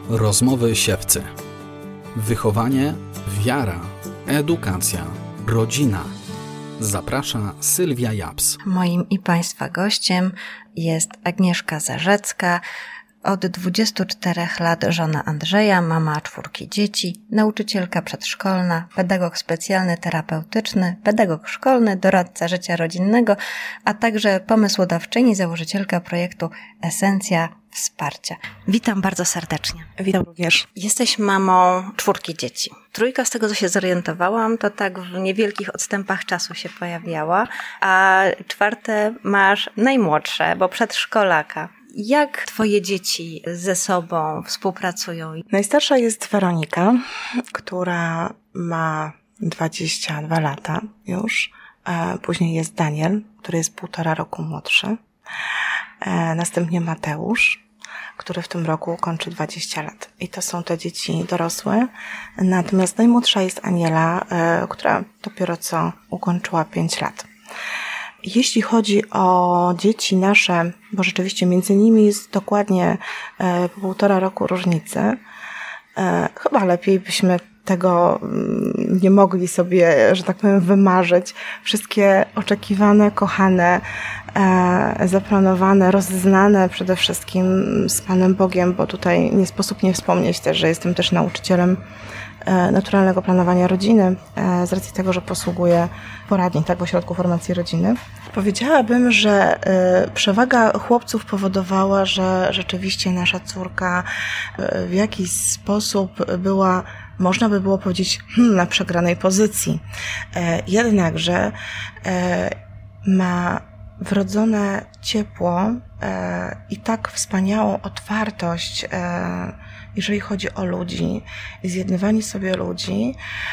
Rozmowy siewcy. Wychowanie, wiara, edukacja, rodzina. Zaprasza Sylwia Japs. Moim i Państwa gościem jest Agnieszka Zarzecka, od 24 lat żona Andrzeja, mama 4 dzieci, nauczycielka przedszkolna, pedagog specjalny terapeutyczny, pedagog szkolny, doradca życia rodzinnego, a także pomysłodawczyni, założycielka projektu Esencja Wsparcia. Witam bardzo serdecznie. Witam również. Jesteś mamą 4 dzieci. 3, z tego co się zorientowałam, to tak w niewielkich odstępach czasu się pojawiała, a 4 masz najmłodsze, bo przedszkolaka. Jak twoje dzieci ze sobą współpracują? Najstarsza jest Weronika, która ma 22 lata już. Później jest Daniel, który jest 1,5 roku młodszy. Następnie Mateusz, który w tym roku kończy 20 lat. I to są te dzieci dorosłe. Natomiast najmłodsza jest Aniela, która dopiero co ukończyła 5 lat. Jeśli chodzi o dzieci nasze, bo rzeczywiście między nimi jest dokładnie 1,5 roku różnicy, chyba lepiej byśmy tego nie mogli sobie, że tak powiem, wymarzyć. Wszystkie oczekiwane, kochane, zaplanowane, rozeznane przede wszystkim z Panem Bogiem, bo tutaj nie sposób nie wspomnieć też, że jestem też nauczycielem naturalnego planowania rodziny, z racji tego, że posługuję poradnik w Ośrodku Formacji Rodziny. Powiedziałabym, że przewaga chłopców powodowała, że rzeczywiście nasza córka w jakiś sposób była, można by było powiedzieć, na przegranej pozycji. Jednakże ma wrodzone ciepło i tak wspaniałą otwartość, jeżeli chodzi o ludzi, zjednywanie sobie ludzi,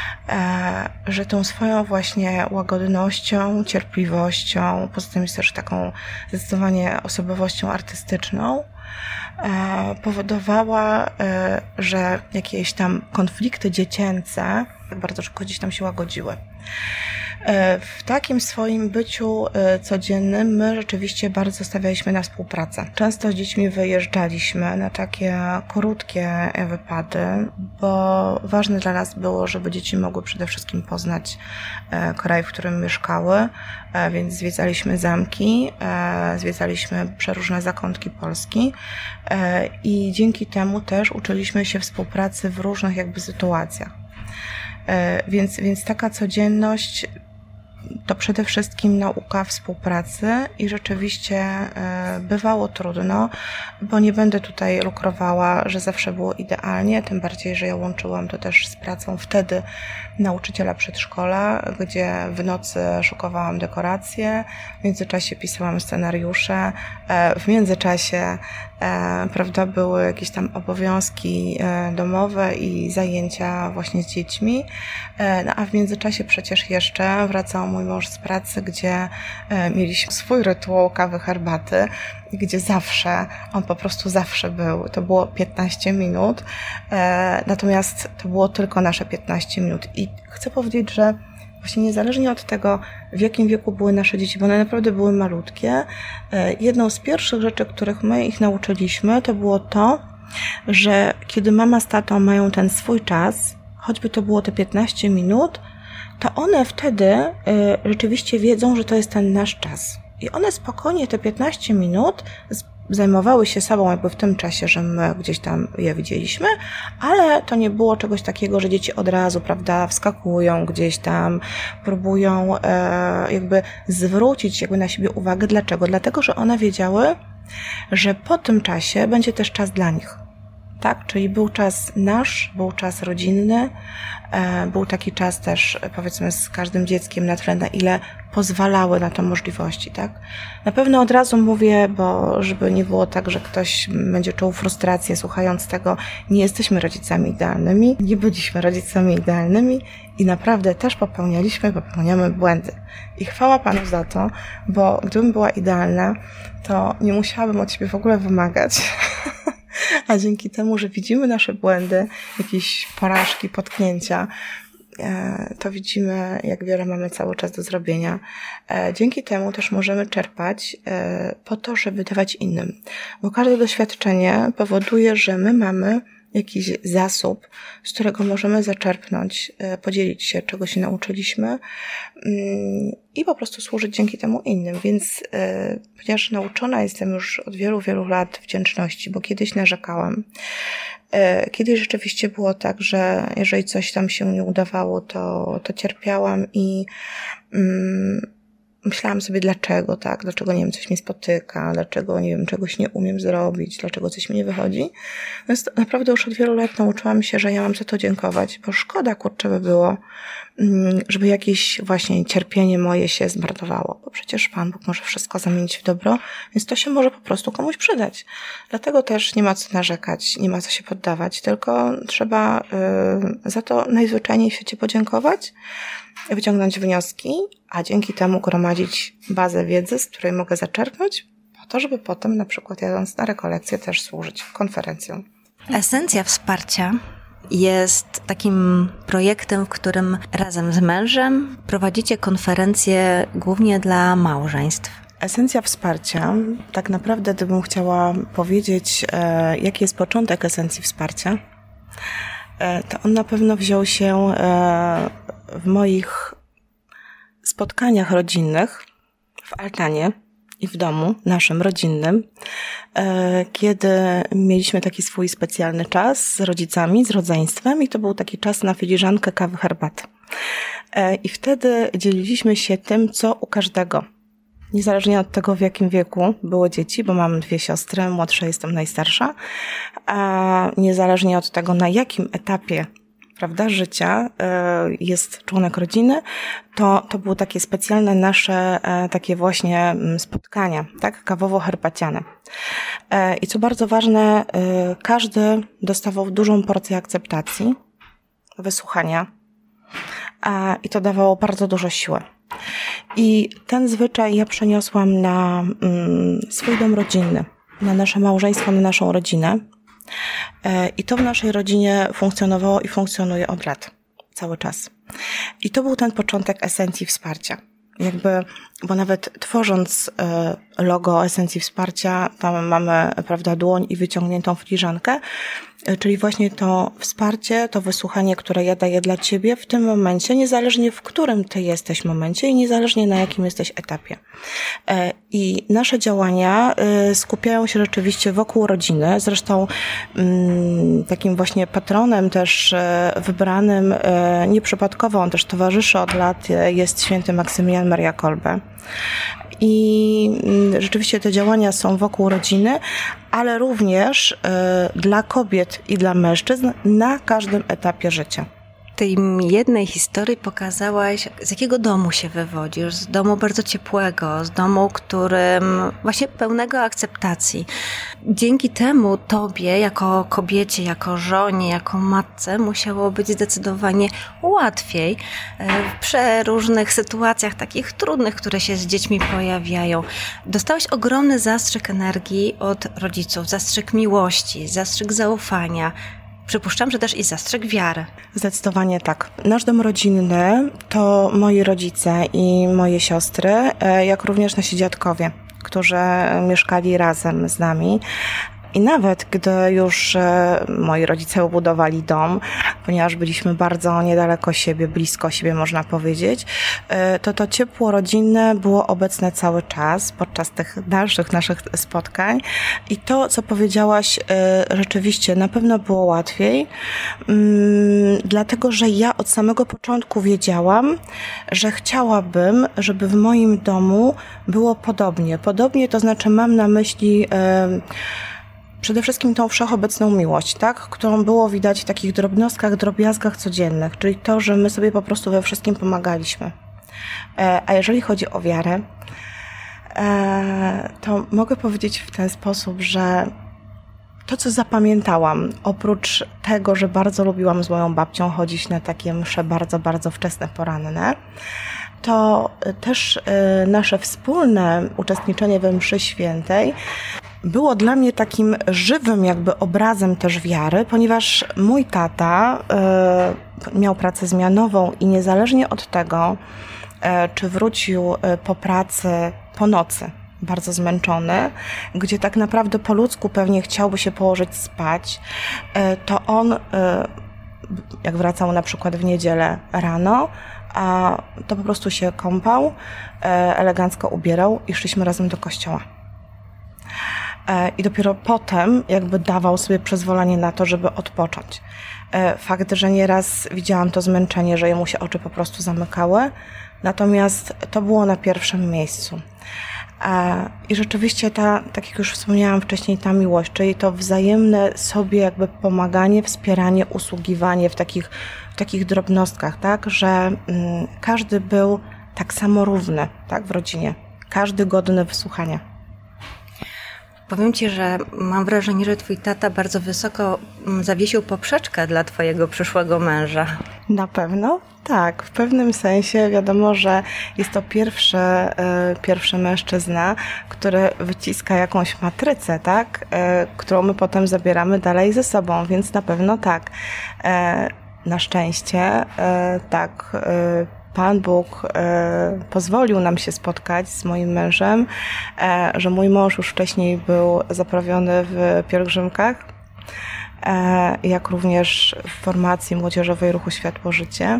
że tą swoją właśnie łagodnością, cierpliwością, poza tym jest też taką zdecydowanie osobowością artystyczną, powodowała, że jakieś tam konflikty dziecięce bardzo szybko gdzieś tam się łagodziły. W takim swoim byciu codziennym my rzeczywiście bardzo stawialiśmy na współpracę. Często z dziećmi wyjeżdżaliśmy na takie krótkie wypady, bo ważne dla nas było, żeby dzieci mogły przede wszystkim poznać kraj, w którym mieszkały, więc zwiedzaliśmy zamki, zwiedzaliśmy przeróżne zakątki Polski i dzięki temu też uczyliśmy się współpracy w różnych sytuacjach. Więc taka codzienność to przede wszystkim nauka współpracy i rzeczywiście bywało trudno, bo nie będę tutaj lukrowała, że zawsze było idealnie, tym bardziej, że ja łączyłam to też z pracą wtedy nauczyciela przedszkola, gdzie w nocy szukowałam dekoracje, w międzyczasie pisałam scenariusze, w międzyczasie prawda, były jakieś tam obowiązki domowe i zajęcia właśnie z dziećmi, a w międzyczasie przecież jeszcze wracał mój mąż z pracy, gdzie mieliśmy swój rytuał kawy, herbaty, gdzie zawsze, on po prostu zawsze był. To było 15 minut, natomiast to było tylko nasze 15 minut. I chcę powiedzieć, że właśnie niezależnie od tego, w jakim wieku były nasze dzieci, bo one naprawdę były malutkie, jedną z pierwszych rzeczy, których my ich nauczyliśmy, to było to, że kiedy mama z tatą mają ten swój czas, choćby to było te 15 minut, to one wtedy rzeczywiście wiedzą, że to jest ten nasz czas. I one spokojnie te 15 minut zajmowały się sobą w tym czasie, że my gdzieś tam je widzieliśmy, ale to nie było czegoś takiego, że dzieci od razu, prawda, wskakują gdzieś tam, próbują zwrócić na siebie uwagę. Dlaczego? Dlatego, że one wiedziały, że po tym czasie będzie też czas dla nich. Tak? Czyli był czas nasz, był czas rodzinny, był taki czas też, powiedzmy, z każdym dzieckiem na tyle, na ile pozwalały na to możliwości, tak? Na pewno od razu mówię, bo żeby nie było tak, że ktoś będzie czuł frustrację słuchając tego, nie jesteśmy rodzicami idealnymi, nie byliśmy rodzicami idealnymi i naprawdę też popełniamy błędy. I chwała Panu za to, bo gdybym była idealna, to nie musiałabym od siebie w ogóle wymagać. A dzięki temu, że widzimy nasze błędy, jakieś porażki, potknięcia, to widzimy, jak wiele mamy cały czas do zrobienia. Dzięki temu też możemy czerpać po to, żeby dawać innym. Bo każde doświadczenie powoduje, że my mamy jakiś zasób, z którego możemy zaczerpnąć, podzielić się, czego się nauczyliśmy i po prostu służyć dzięki temu innym. Więc ponieważ nauczona jestem już od wielu, wielu lat wdzięczności, bo kiedyś narzekałam. Kiedyś rzeczywiście było tak, że jeżeli coś tam się nie udawało, to cierpiałam i myślałam sobie, dlaczego tak, dlaczego, nie wiem, coś mnie spotyka, dlaczego, nie wiem, czegoś nie umiem zrobić, dlaczego coś mi nie wychodzi. Więc naprawdę już od wielu lat nauczyłam się, że ja mam za to dziękować, bo szkoda, kurczę, by było, żeby jakieś właśnie cierpienie moje się zmarnowało, bo przecież Pan Bóg może wszystko zamienić w dobro, więc to się może po prostu komuś przydać. Dlatego też nie ma co narzekać, nie ma co się poddawać, tylko trzeba za to najzwyczajniej w świecie podziękować, wyciągnąć wnioski, a dzięki temu gromadzić bazę wiedzy, z której mogę zaczerpnąć, po to, żeby potem na przykład jadąc na rekolekcję też służyć konferencjom. Esencja wsparcia jest takim projektem, w którym razem z mężem prowadzicie konferencje głównie dla małżeństw. Esencja wsparcia, tak naprawdę gdybym chciała powiedzieć, jaki jest początek esencji wsparcia, to on na pewno wziął się w moich spotkaniach rodzinnych, w altanie i w domu naszym rodzinnym, kiedy mieliśmy taki swój specjalny czas z rodzicami, z rodzeństwem i to był taki czas na filiżankę kawy, herbaty. I wtedy dzieliliśmy się tym, co u każdego. Niezależnie od tego, w jakim wieku były dzieci, bo mam 2 siostry, młodsza jestem najstarsza, a niezależnie od tego, na jakim etapie, prawda, życia jest członek rodziny, to były takie specjalne nasze takie właśnie spotkania, tak, kawowo-herbaciane. I co bardzo ważne, każdy dostawał dużą porcję akceptacji, wysłuchania i to dawało bardzo dużo siły. I ten zwyczaj ja przeniosłam na swój dom rodzinny, na nasze małżeństwo, na naszą rodzinę. I to w naszej rodzinie funkcjonowało i funkcjonuje od lat, cały czas. I to był ten początek esencji wsparcia. Bo nawet tworząc logo esencji wsparcia, tam mamy, prawda, dłoń i wyciągniętą filiżankę, czyli właśnie to wsparcie, to wysłuchanie, które ja daję dla Ciebie w tym momencie, niezależnie w którym Ty jesteś momencie i niezależnie na jakim jesteś etapie. I nasze działania skupiają się rzeczywiście wokół rodziny. Zresztą takim właśnie patronem też wybranym, nieprzypadkowo, on też towarzyszy od lat, jest święty Maksymilian Maria Kolbe. I rzeczywiście te działania są wokół rodziny, ale również dla kobiet i dla mężczyzn na każdym etapie życia. W tej jednej historii pokazałaś, z jakiego domu się wywodzisz, z domu bardzo ciepłego, z domu, którym właśnie pełnego akceptacji. Dzięki temu tobie, jako kobiecie, jako żonie, jako matce, musiało być zdecydowanie łatwiej w przeróżnych sytuacjach takich trudnych, które się z dziećmi pojawiają. Dostałaś ogromny zastrzyk energii od rodziców, zastrzyk miłości, zastrzyk zaufania. Przypuszczam, że też i zastrzyk wiary. Zdecydowanie tak. Nasz dom rodzinny to moi rodzice i moje siostry, jak również nasi dziadkowie, którzy mieszkali razem z nami. I nawet gdy już moi rodzice ubudowali dom, ponieważ byliśmy bardzo niedaleko siebie, blisko siebie można powiedzieć, to ciepło rodzinne było obecne cały czas podczas tych dalszych naszych spotkań. I to, co powiedziałaś, rzeczywiście na pewno było łatwiej, dlatego że ja od samego początku wiedziałam, że chciałabym, żeby w moim domu było podobnie. Podobnie to znaczy mam na myśli przede wszystkim tą wszechobecną miłość, tak, którą było widać w takich drobnostkach, drobiazgach codziennych, czyli to, że my sobie po prostu we wszystkim pomagaliśmy. A jeżeli chodzi o wiarę, to mogę powiedzieć w ten sposób, że to, co zapamiętałam, oprócz tego, że bardzo lubiłam z moją babcią chodzić na takie msze bardzo, bardzo wczesne, poranne, to też nasze wspólne uczestniczenie we mszy świętej było dla mnie takim żywym jakby obrazem też wiary, ponieważ mój tata miał pracę zmianową i niezależnie od tego, czy wrócił po pracy po nocy, bardzo zmęczony, gdzie tak naprawdę po ludzku pewnie chciałby się położyć spać, to on, jak wracał na przykład w niedzielę rano, a to po prostu się kąpał, elegancko ubierał i szliśmy razem do kościoła. I dopiero potem jakby dawał sobie przyzwolenie na to, żeby odpocząć. Fakt, że nieraz widziałam to zmęczenie, że jemu się oczy po prostu zamykały, natomiast to było na pierwszym miejscu. I rzeczywiście tak jak już wspomniałam wcześniej, ta miłość, czyli to wzajemne sobie jakby pomaganie, wspieranie, usługiwanie w takich drobnostkach, tak, że każdy był tak samo równy, tak, w rodzinie. Każdy godny wysłuchania. Powiem Ci, że mam wrażenie, że Twój tata bardzo wysoko zawiesił poprzeczkę dla Twojego przyszłego męża. Na pewno tak. W pewnym sensie wiadomo, że jest to pierwszy mężczyzna, który wyciska jakąś matrycę, tak, którą my potem zabieramy dalej ze sobą, więc na pewno tak. Na szczęście tak. Pan Bóg pozwolił nam się spotkać z moim mężem, że mój mąż już wcześniej był zaprawiony w pielgrzymkach, jak również w formacji młodzieżowej Ruchu Światło Życie.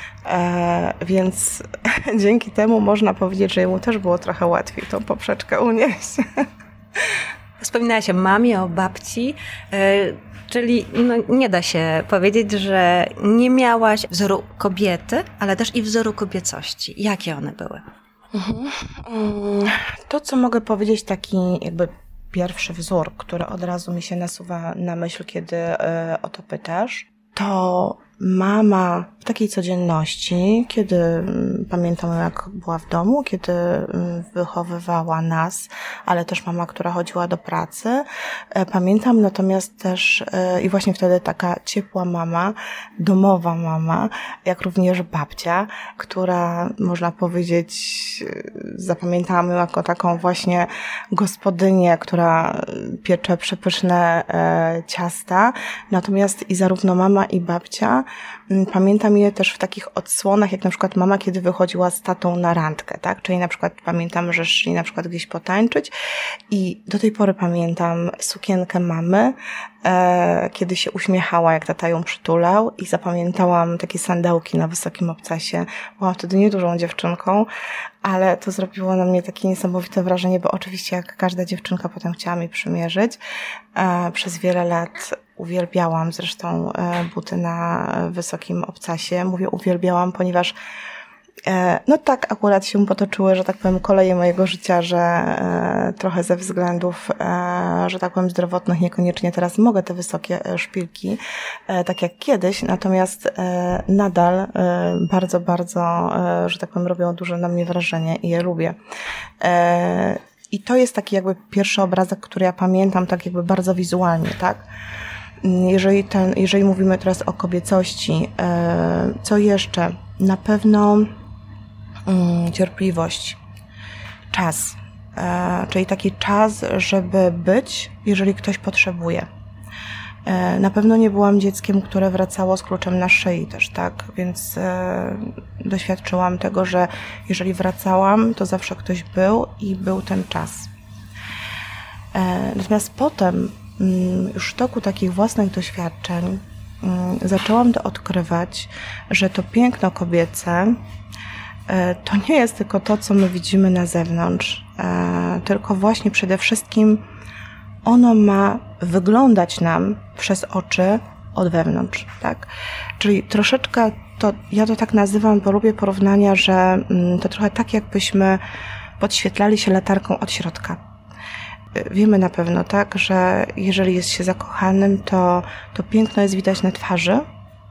Więc dzięki temu można powiedzieć, że jemu też było trochę łatwiej tą poprzeczkę unieść. Wspominałaś o mamie, o babci, czyli nie da się powiedzieć, że nie miałaś wzoru kobiety, ale też i wzoru kobiecości. Jakie one były? To, co mogę powiedzieć, taki jakby pierwszy wzór, który od razu mi się nasuwa na myśl, kiedy o to pytasz, to mama w takiej codzienności, kiedy pamiętam, jak była w domu, kiedy wychowywała nas, ale też mama, która chodziła do pracy. Pamiętam natomiast też i właśnie wtedy taka ciepła mama, domowa mama, jak również babcia, która, można powiedzieć, zapamiętałam ją jako taką właśnie gospodynię, która piecze przepyszne ciasta. Natomiast i zarówno mama i babcia, pamiętam je też w takich odsłonach, jak na przykład mama, kiedy wychodziła z tatą na randkę, tak? Czyli na przykład pamiętam, że szli na przykład gdzieś potańczyć i do tej pory pamiętam sukienkę mamy, kiedy się uśmiechała, jak tata ją przytulał, i zapamiętałam takie sandałki na wysokim obcasie. Byłam wtedy niedużą dziewczynką, ale to zrobiło na mnie takie niesamowite wrażenie, bo oczywiście jak każda dziewczynka potem chciała mi przymierzyć. Przez wiele lat uwielbiałam zresztą buty na wysokim obcasie. Mówię uwielbiałam, ponieważ no tak akurat się potoczyły, że tak powiem, koleje mojego życia, że trochę ze względów, że tak powiem, zdrowotnych niekoniecznie teraz mogę te wysokie szpilki, tak jak kiedyś, natomiast nadal bardzo, bardzo, że tak powiem, robią duże na mnie wrażenie i je lubię. I to jest taki jakby pierwszy obrazek, który ja pamiętam tak jakby bardzo wizualnie, tak? Jeżeli mówimy teraz o kobiecości, co jeszcze? Na pewno cierpliwość, czas, czyli taki czas, żeby być, jeżeli ktoś potrzebuje. Na pewno nie byłam dzieckiem, które wracało z kluczem na szyi też, tak? Więc doświadczyłam tego, że jeżeli wracałam, to zawsze ktoś był i był ten czas. Natomiast potem, już w toku takich własnych doświadczeń, zaczęłam to odkrywać, że to piękno kobiece to nie jest tylko to, co my widzimy na zewnątrz, tylko właśnie przede wszystkim ono ma wyglądać nam przez oczy od wewnątrz, tak? Czyli troszeczkę ja to tak nazywam, bo lubię porównania, że to trochę tak, jakbyśmy podświetlali się latarką od środka. Wiemy na pewno, tak, że jeżeli jest się zakochanym, to piękno jest widać na twarzy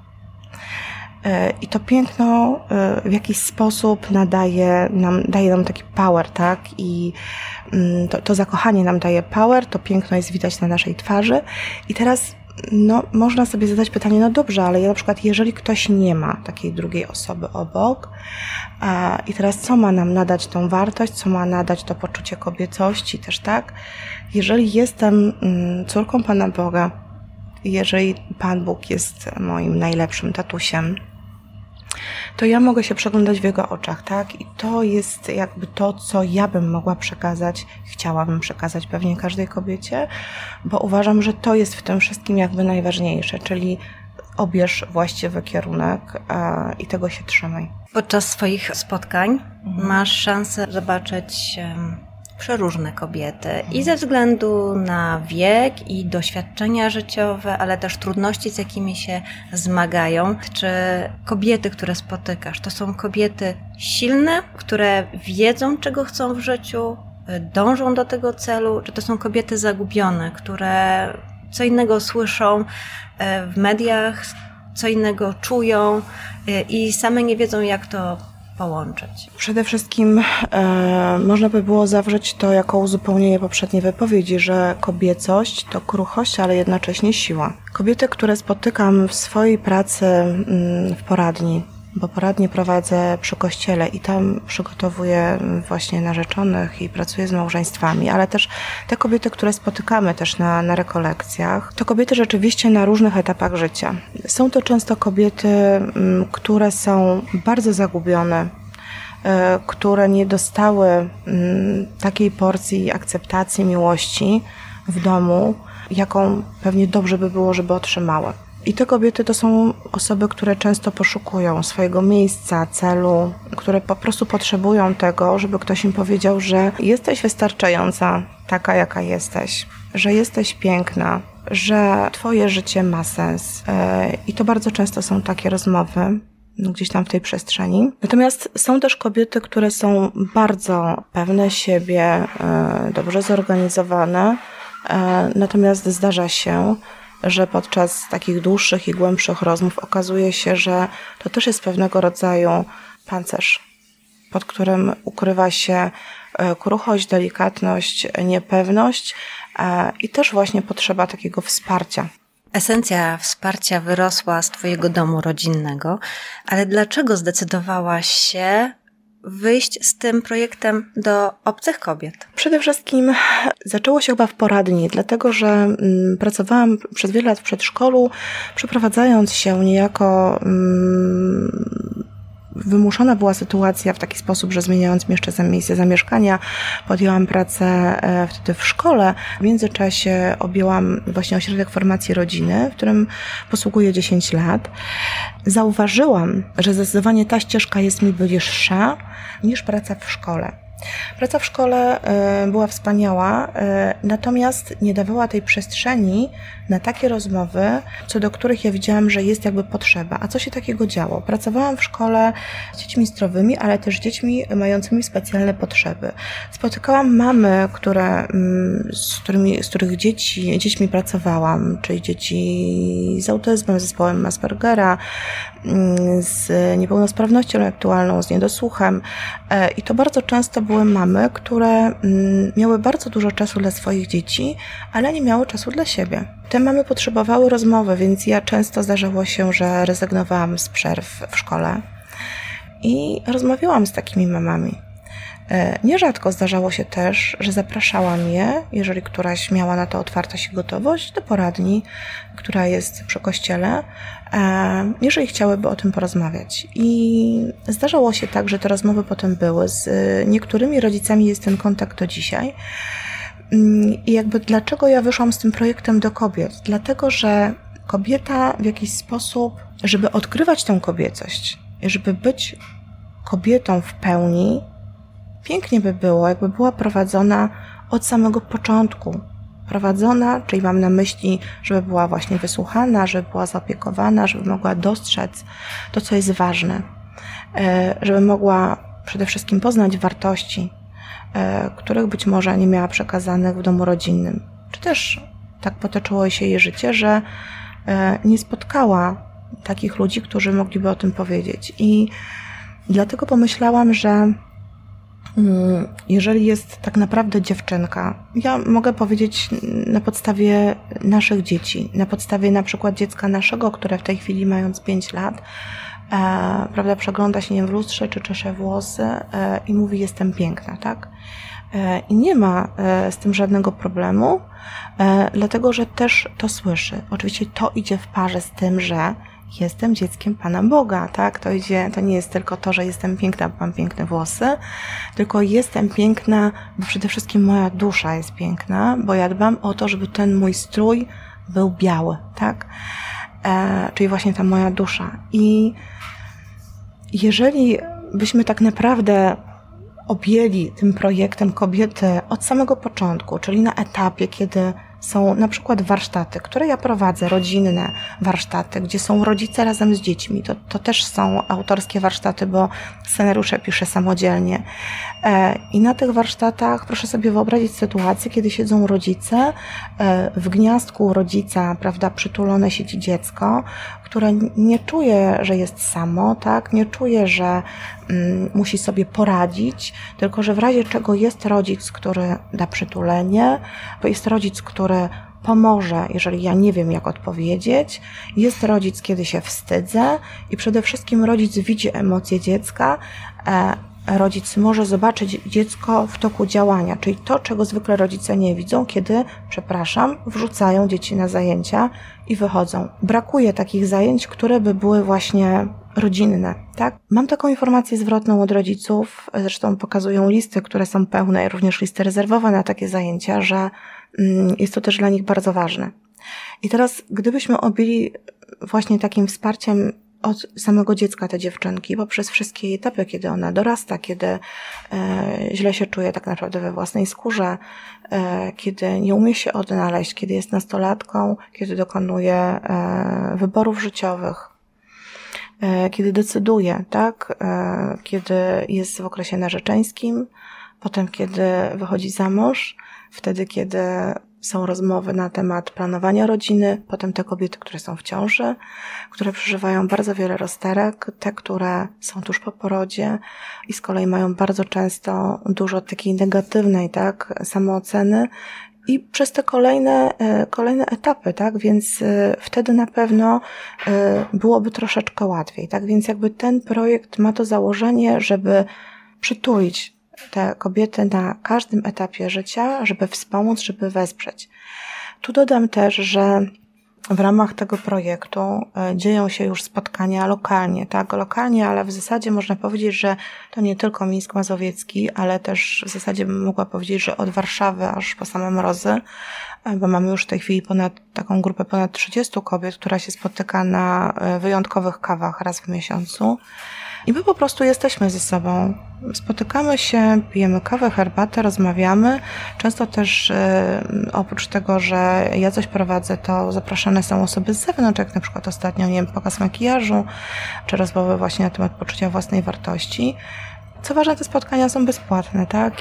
i to piękno w jakiś sposób daje nam taki power, tak, i to zakochanie nam daje power, to piękno jest widać na naszej twarzy i teraz można sobie zadać pytanie, no dobrze, ale na przykład jeżeli ktoś nie ma takiej drugiej osoby obok, i teraz co ma nam nadać tą wartość, co ma nadać to poczucie kobiecości też, tak? Jeżeli jestem córką Pana Boga, jeżeli Pan Bóg jest moim najlepszym tatusiem, to ja mogę się przeglądać w jego oczach, tak? I to jest jakby to, co ja bym mogła przekazać, chciałabym przekazać pewnie każdej kobiecie, bo uważam, że to jest w tym wszystkim jakby najważniejsze, czyli obierz właściwy kierunek i tego się trzymaj. Podczas swoich spotkań masz szansę zobaczyć przeróżne kobiety i ze względu na wiek i doświadczenia życiowe, ale też trudności, z jakimi się zmagają. Czy kobiety, które spotykasz, to są kobiety silne, które wiedzą, czego chcą w życiu, dążą do tego celu, czy to są kobiety zagubione, które co innego słyszą w mediach, co innego czują i same nie wiedzą, jak to połączyć? Przede wszystkim można by było zawrzeć to jako uzupełnienie poprzedniej wypowiedzi, że kobiecość to kruchość, ale jednocześnie siła. Kobiety, które spotykam w swojej pracy w poradni, bo poradnię prowadzę przy kościele i tam przygotowuję właśnie narzeczonych i pracuję z małżeństwami, ale też te kobiety, które spotykamy też na rekolekcjach, to kobiety rzeczywiście na różnych etapach życia. Są to często kobiety, które są bardzo zagubione, które nie dostały takiej porcji akceptacji, miłości w domu, jaką pewnie dobrze by było, żeby otrzymały. I te kobiety to są osoby, które często poszukują swojego miejsca, celu, które po prostu potrzebują tego, żeby ktoś im powiedział, że jesteś wystarczająca taka, jaka jesteś, że jesteś piękna, że twoje życie ma sens. I to bardzo często są takie rozmowy gdzieś tam w tej przestrzeni. Natomiast są też kobiety, które są bardzo pewne siebie, dobrze zorganizowane, natomiast zdarza się, że podczas takich dłuższych i głębszych rozmów okazuje się, że to też jest pewnego rodzaju pancerz, pod którym ukrywa się kruchość, delikatność, niepewność i też właśnie potrzeba takiego wsparcia. Esencja wsparcia wyrosła z twojego domu rodzinnego, ale dlaczego zdecydowałaś się wyjść z tym projektem do obcych kobiet? Przede wszystkim zaczęło się chyba w poradni, dlatego że pracowałam przez wiele lat w przedszkolu, przeprowadzając się niejako wymuszona była sytuacja w taki sposób, że zmieniając miejsce zamieszkania, podjęłam pracę wtedy w szkole. W międzyczasie objęłam właśnie ośrodek formacji rodziny, w którym posługuję 10 lat. Zauważyłam, że zdecydowanie ta ścieżka jest mi bliższa niż praca w szkole. Praca w szkole była wspaniała, natomiast nie dawała tej przestrzeni na takie rozmowy, co do których ja widziałam, że jest jakby potrzeba. A co się takiego działo? Pracowałam w szkole z dziećmi zdrowymi, ale też dziećmi mającymi specjalne potrzeby. Spotykałam mamy, z których dziećmi pracowałam, czyli dzieci z autyzmem, z zespołem Aspergera, z niepełnosprawnością intelektualną, z niedosłuchem. I to bardzo często były mamy, które miały bardzo dużo czasu dla swoich dzieci, ale nie miały czasu dla siebie. Te mamy potrzebowały rozmowy, więc ja często zdarzało się, że rezygnowałam z przerw w szkole i rozmawiałam z takimi mamami. Nierzadko zdarzało się też, że zapraszałam je, jeżeli któraś miała na to otwartość i gotowość, do poradni, która jest przy kościele, jeżeli chciałyby o tym porozmawiać. I zdarzało się tak, że te rozmowy potem były. Z niektórymi rodzicami jest ten kontakt do dzisiaj. I jakby dlaczego ja wyszłam z tym projektem do kobiet? Dlatego, że kobieta w jakiś sposób, żeby odkrywać tę kobiecość, żeby być kobietą w pełni, pięknie by było, jakby była prowadzona od samego początku. Prowadzona, czyli mam na myśli, żeby była właśnie wysłuchana, żeby była zaopiekowana, żeby mogła dostrzec to, co jest ważne. Żeby mogła przede wszystkim poznać wartości, których być może nie miała przekazanych w domu rodzinnym. Czy też tak potoczyło się jej życie, że nie spotkała takich ludzi, którzy mogliby o tym powiedzieć. I dlatego pomyślałam, że jeżeli jest tak naprawdę dziewczynka, ja mogę powiedzieć na podstawie naszych dzieci, na podstawie na przykład dziecka naszego, które w tej chwili mając 5 lat, prawda, przegląda się nie w lustrze, czy czesze włosy i mówi: jestem piękna, tak? I nie ma z tym żadnego problemu, dlatego że też to słyszy. Oczywiście to idzie w parze z tym, że jestem dzieckiem Pana Boga, tak? To nie jest tylko to, że jestem piękna, bo mam piękne włosy, tylko jestem piękna, bo przede wszystkim moja dusza jest piękna, bo ja dbam o to, żeby ten mój strój był biały, tak? Czyli właśnie ta moja dusza. I jeżeli byśmy tak naprawdę objęli tym projektem kobiety od samego początku, czyli na etapie, kiedy są na przykład warsztaty, które ja prowadzę, rodzinne warsztaty, gdzie są rodzice razem z dziećmi. To też są autorskie warsztaty, bo scenariusze piszę samodzielnie. I na tych warsztatach proszę sobie wyobrazić sytuację, kiedy siedzą rodzice, w gniazdku rodzica, prawda, przytulone siedzi dziecko, które nie czuje, że jest samo, tak, nie czuje, że musi sobie poradzić, tylko że w razie czego jest rodzic, który da przytulenie, bo jest rodzic, który pomoże, jeżeli ja nie wiem, jak odpowiedzieć, jest rodzic, kiedy się wstydzę i przede wszystkim rodzic widzi emocje dziecka, rodzic może zobaczyć dziecko w toku działania, czyli to, czego zwykle rodzice nie widzą, kiedy, wrzucają dzieci na zajęcia i wychodzą. Brakuje takich zajęć, które by były właśnie rodzinne, tak? Mam taką informację zwrotną od rodziców, zresztą pokazują listy, które są pełne, również listy rezerwowe na takie zajęcia, że jest to też dla nich bardzo ważne. I teraz, gdybyśmy objęli właśnie takim wsparciem od samego dziecka te dziewczynki, poprzez wszystkie etapy, kiedy ona dorasta, kiedy źle się czuje tak naprawdę we własnej skórze, kiedy nie umie się odnaleźć, kiedy jest nastolatką, kiedy dokonuje wyborów życiowych, kiedy decyduje, tak, kiedy jest w okresie narzeczeńskim, potem kiedy wychodzi za mąż, wtedy kiedy są rozmowy na temat planowania rodziny, potem te kobiety, które są w ciąży, które przeżywają bardzo wiele rozterek, te, które są tuż po porodzie i z kolei mają bardzo często dużo takiej negatywnej, tak, samooceny i przez te kolejne etapy, tak, więc wtedy na pewno byłoby troszeczkę łatwiej, tak, więc jakby ten projekt ma to założenie, żeby przytulić te kobiety na każdym etapie życia, żeby wspomóc, żeby wesprzeć. Tu dodam też, że w ramach tego projektu dzieją się już spotkania lokalnie, tak, lokalnie, ale w zasadzie można powiedzieć, że to nie tylko Mińsk Mazowiecki, ale też w zasadzie bym mogła powiedzieć, że od Warszawy aż po same Mrozy, bo mamy już w tej chwili taką grupę ponad 30 kobiet, która się spotyka na wyjątkowych kawach raz w miesiącu. I my po prostu jesteśmy ze sobą, spotykamy się, pijemy kawę, herbatę, rozmawiamy. Często też oprócz tego, że ja coś prowadzę, to zapraszane są osoby z zewnątrz, jak na przykład ostatnio, nie wiem, pokaz makijażu, czy rozmowy właśnie na temat poczucia własnej wartości. Co ważne, te spotkania są bezpłatne, tak?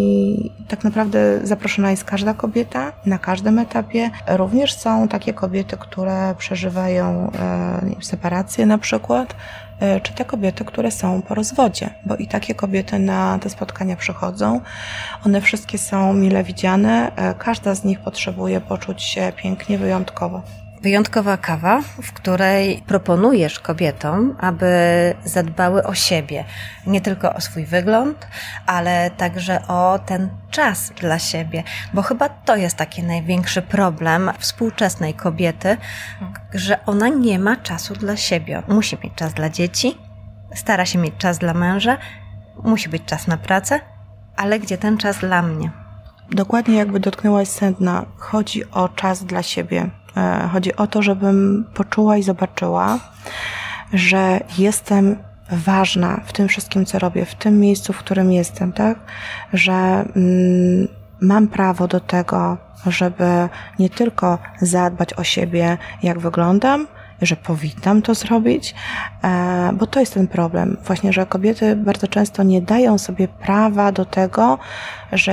I tak naprawdę zaproszona jest każda kobieta na każdym etapie. Również są takie kobiety, które przeżywają separację na przykład, czy te kobiety, które są po rozwodzie, bo i takie kobiety na te spotkania przychodzą. One wszystkie są mile widziane, każda z nich potrzebuje poczuć się pięknie, wyjątkowo. Wyjątkowa kawa, w której proponujesz kobietom, aby zadbały o siebie. Nie tylko o swój wygląd, ale także o ten czas dla siebie. Bo chyba to jest taki największy problem współczesnej kobiety, że ona nie ma czasu dla siebie. Musi mieć czas dla dzieci, stara się mieć czas dla męża, musi być czas na pracę, ale gdzie ten czas dla mnie? Dokładnie jakby dotknęłaś sedna. Chodzi o czas dla siebie. Chodzi o to, żebym poczuła i zobaczyła, że jestem ważna w tym wszystkim, co robię, w tym miejscu, w którym jestem, tak? Że mam prawo do tego, żeby nie tylko zadbać o siebie, jak wyglądam, że powinnam to zrobić, bo to jest ten problem. Właśnie, że kobiety bardzo często nie dają sobie prawa do tego, że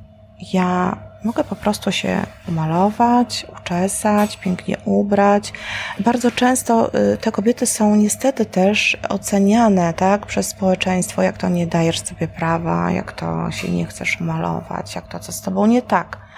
ja mogę po prostu się umalować, uczesać, pięknie ubrać. Bardzo często te kobiety są niestety też oceniane, tak, przez społeczeństwo, jak to nie dajesz sobie prawa, jak to się nie chcesz umalować, jak to co z tobą nie tak.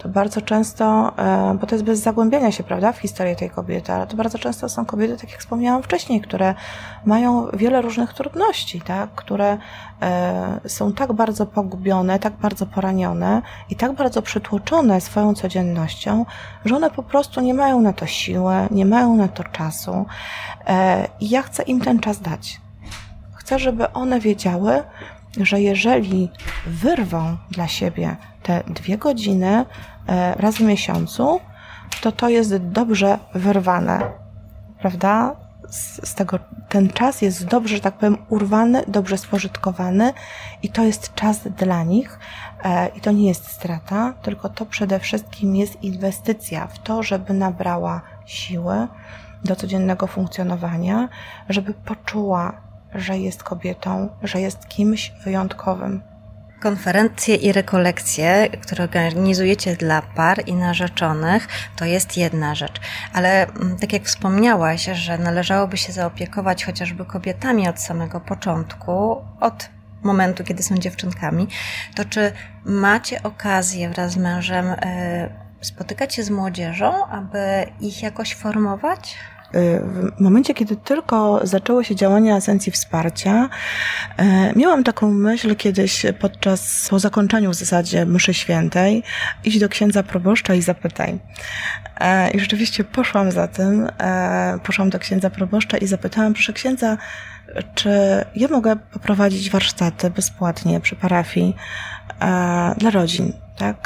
to bardzo często, bo to jest bez zagłębiania się, prawda, w historię tej kobiety, ale to bardzo często są kobiety, tak jak wspomniałam wcześniej, które mają wiele różnych trudności, tak, które są tak bardzo pogubione, tak bardzo poranione i tak bardzo przytłoczone swoją codziennością, że one po prostu nie mają na to siły, nie mają na to czasu i ja chcę im ten czas dać. Chcę, żeby one wiedziały, że jeżeli wyrwą dla siebie te 2 godziny raz w miesiącu, to jest dobrze wyrwane, prawda? Z tego ten czas jest dobrze, że tak powiem, urwany, dobrze spożytkowany i to jest czas dla nich i to nie jest strata, tylko to przede wszystkim jest inwestycja w to, żeby nabrała siły do codziennego funkcjonowania, żeby poczuła, że jest kobietą, że jest kimś wyjątkowym. Konferencje i rekolekcje, które organizujecie dla par i narzeczonych, to jest jedna rzecz. Ale tak jak wspomniałaś, że należałoby się zaopiekować chociażby kobietami od samego początku, od momentu, kiedy są dziewczynkami, to czy macie okazję wraz z mężem spotykać się z młodzieżą, aby ich jakoś formować? W momencie, kiedy tylko zaczęły się działania Esencji Wsparcia, miałam taką myśl kiedyś po zakończeniu w zasadzie mszy świętej, idź do księdza proboszcza i zapytaj. I rzeczywiście poszłam za tym, poszłam do księdza proboszcza i zapytałam, proszę księdza, czy ja mogę poprowadzić warsztaty bezpłatnie przy parafii dla rodzin, tak?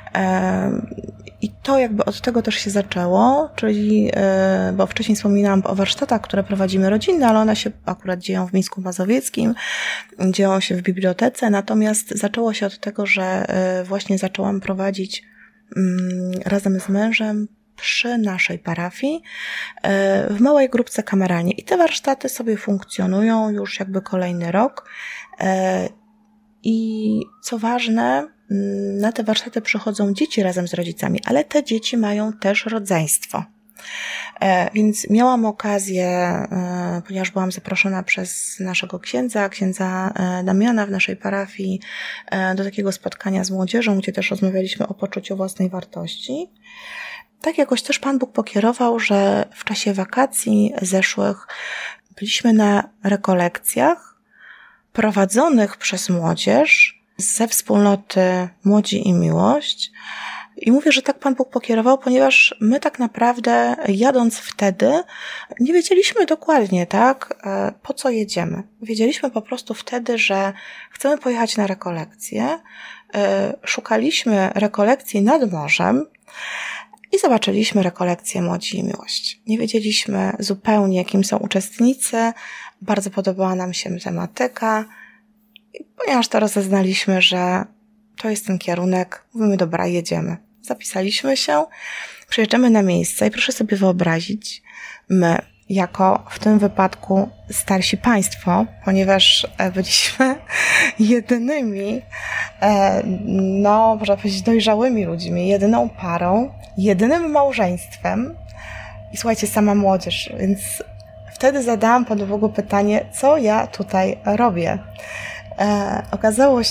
I to jakby od tego też się zaczęło, czyli, bo wcześniej wspominałam o warsztatach, które prowadzimy rodzinne, ale one się akurat dzieją w Mińsku Mazowieckim, dzieją się w bibliotece, natomiast zaczęło się od tego, że właśnie zaczęłam prowadzić razem z mężem przy naszej parafii w małej grupce kameralnie. I te warsztaty sobie funkcjonują już jakby kolejny rok. I co ważne, na te warsztaty przychodzą dzieci razem z rodzicami, ale te dzieci mają też rodzeństwo. Więc miałam okazję, ponieważ byłam zaproszona przez naszego księdza Damiana w naszej parafii, do takiego spotkania z młodzieżą, gdzie też rozmawialiśmy o poczuciu własnej wartości. Tak jakoś też Pan Bóg pokierował, że w czasie wakacji zeszłych byliśmy na rekolekcjach prowadzonych przez młodzież ze wspólnoty Młodzi i Miłość. I mówię, że tak Pan Bóg pokierował, ponieważ my tak naprawdę jadąc wtedy nie wiedzieliśmy dokładnie, tak, po co jedziemy. Wiedzieliśmy po prostu wtedy, że chcemy pojechać na rekolekcje. Szukaliśmy rekolekcji nad morzem i zobaczyliśmy rekolekcję Młodzi i Miłość. Nie wiedzieliśmy zupełnie, kim są uczestnicy. Bardzo podobała nam się tematyka. I ponieważ to rozeznaliśmy, że to jest ten kierunek, mówimy, dobra, jedziemy. Zapisaliśmy się, przyjeżdżamy na miejsce i proszę sobie wyobrazić, my jako w tym wypadku starsi państwo, ponieważ byliśmy jedynymi, można powiedzieć, dojrzałymi ludźmi, jedyną parą, jedynym małżeństwem i słuchajcie, sama młodzież, więc wtedy zadałam Panu Bogu pytanie, co ja tutaj robię. Okazało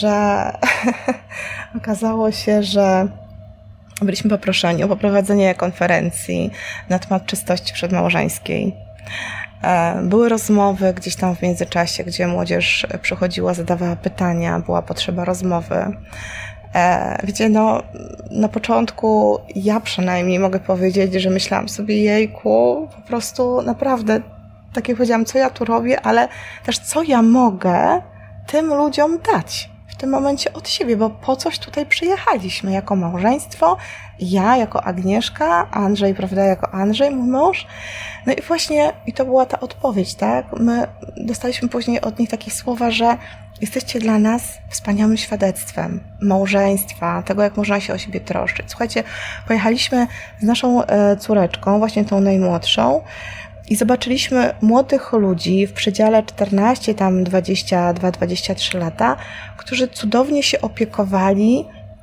się, że byliśmy poproszeni o poprowadzenie konferencji na temat czystości przedmałżeńskiej. Były rozmowy gdzieś tam w międzyczasie, gdzie młodzież przychodziła, zadawała pytania, była potrzeba rozmowy. Wiecie, na początku ja przynajmniej mogę powiedzieć, że myślałam sobie, jejku, po prostu naprawdę, tak jak powiedziałam, co ja tu robię, ale też co ja mogę tym ludziom dać w tym momencie od siebie, bo po coś tutaj przyjechaliśmy jako małżeństwo, ja jako Agnieszka, Andrzej, prawda, jako Andrzej, mój mąż. No i właśnie, i to była ta odpowiedź, tak? My dostaliśmy później od nich takie słowa, że jesteście dla nas wspaniałym świadectwem małżeństwa, tego, jak można się o siebie troszczyć. Słuchajcie, pojechaliśmy z naszą córeczką, właśnie tą najmłodszą, i zobaczyliśmy młodych ludzi w przedziale 22-23 lata, którzy cudownie się opiekowali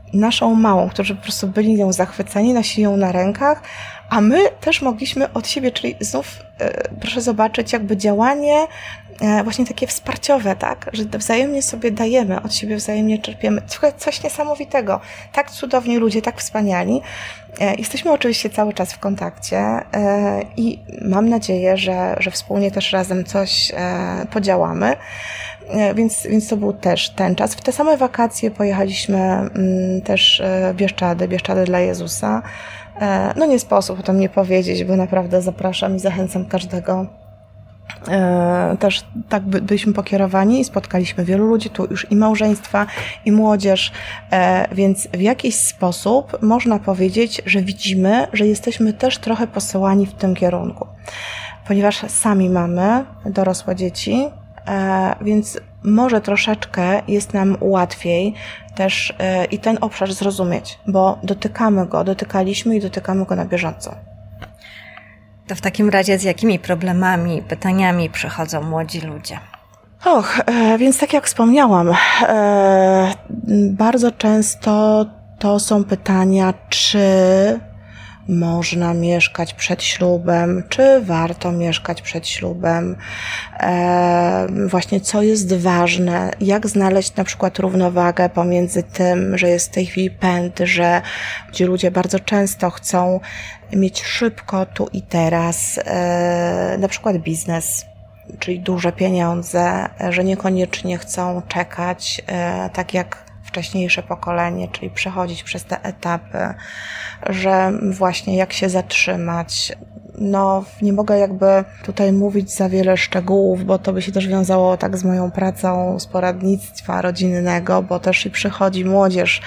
naszą małą, którzy po prostu byli nią zachwyceni, nosili ją na rękach, a my też mogliśmy od siebie, czyli znów proszę zobaczyć jakby działanie właśnie takie wsparciowe, tak, że wzajemnie sobie dajemy, od siebie wzajemnie czerpiemy. Coś niesamowitego. Tak cudowni ludzie, tak wspaniali. Jesteśmy oczywiście cały czas w kontakcie i mam nadzieję, że wspólnie też razem coś podziałamy. Więc to był też ten czas. W te same wakacje pojechaliśmy też w Bieszczady dla Jezusa. No nie sposób o tym nie powiedzieć, bo naprawdę zapraszam i zachęcam każdego. Też tak byliśmy pokierowani i spotkaliśmy wielu ludzi, tu już i małżeństwa, i młodzież, więc w jakiś sposób można powiedzieć, że widzimy, że jesteśmy też trochę posyłani w tym kierunku, ponieważ sami mamy dorosłe dzieci, więc może troszeczkę jest nam łatwiej też i ten obszar zrozumieć, bo dotykaliśmy i dotykamy go na bieżąco. To w takim razie z jakimi problemami, pytaniami przychodzą młodzi ludzie? Więc tak jak wspomniałam, bardzo często to są pytania, czy można mieszkać przed ślubem, czy warto mieszkać przed ślubem, właśnie co jest ważne, jak znaleźć na przykład równowagę pomiędzy tym, że jest w tej chwili pęd, gdzie ludzie bardzo często chcą mieć szybko tu i teraz, na przykład biznes, czyli duże pieniądze, że niekoniecznie chcą czekać, tak jak wcześniejsze pokolenie, czyli przechodzić przez te etapy, że właśnie jak się zatrzymać. No, nie mogę jakby tutaj mówić za wiele szczegółów, bo to by się też wiązało tak z moją pracą z poradnictwa rodzinnego, bo też i przychodzi młodzież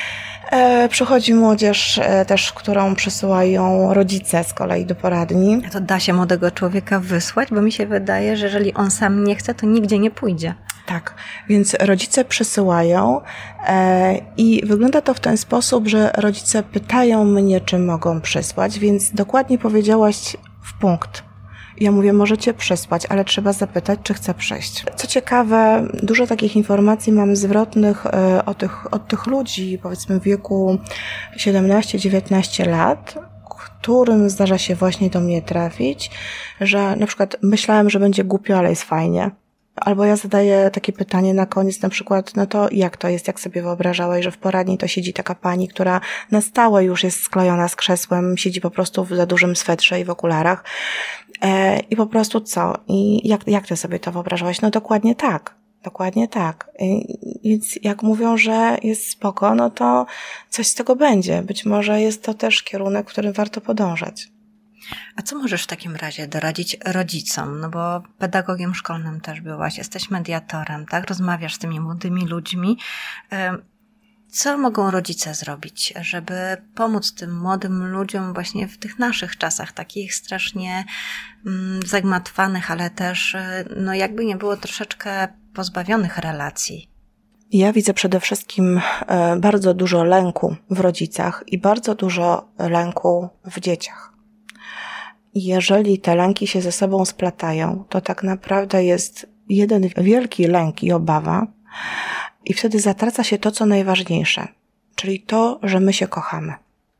też, którą przysyłają rodzice z kolei do poradni. A to da się młodego człowieka wysłać, bo mi się wydaje, że jeżeli on sam nie chce, to nigdzie nie pójdzie. Tak, więc rodzice przysyłają i wygląda to w ten sposób, że rodzice pytają mnie, czy mogą przysłać, więc dokładnie powiedziałaś w punkt. Ja mówię, możecie przysłać, ale trzeba zapytać, czy chce przyjść. Co ciekawe, dużo takich informacji mam zwrotnych od tych ludzi, powiedzmy w wieku 17-19 lat, którym zdarza się właśnie do mnie trafić, że na przykład myślałem, że będzie głupio, ale jest fajnie. Albo ja zadaję takie pytanie na koniec, na przykład, no to jak to jest, jak sobie wyobrażałeś, że w poradni to siedzi taka pani, która na stałe już jest sklejona z krzesłem, siedzi po prostu w za dużym swetrze i w okularach. I po prostu co? I jak ty sobie to wyobrażałeś? No dokładnie tak. Dokładnie tak. Więc jak mówią, że jest spoko, no to coś z tego będzie. Być może jest to też kierunek, w którym warto podążać. A co możesz w takim razie doradzić rodzicom? No bo pedagogiem szkolnym też byłaś, jesteś mediatorem, tak? Rozmawiasz z tymi młodymi ludźmi. Co mogą rodzice zrobić, żeby pomóc tym młodym ludziom właśnie w tych naszych czasach, takich strasznie zagmatwanych, ale też, no jakby nie było, troszeczkę pozbawionych relacji? Ja widzę przede wszystkim bardzo dużo lęku w rodzicach i bardzo dużo lęku w dzieciach. Jeżeli te lęki się ze sobą splatają, to tak naprawdę jest jeden wielki lęk i obawa i wtedy zatraca się to, co najważniejsze, czyli to, że my się kochamy.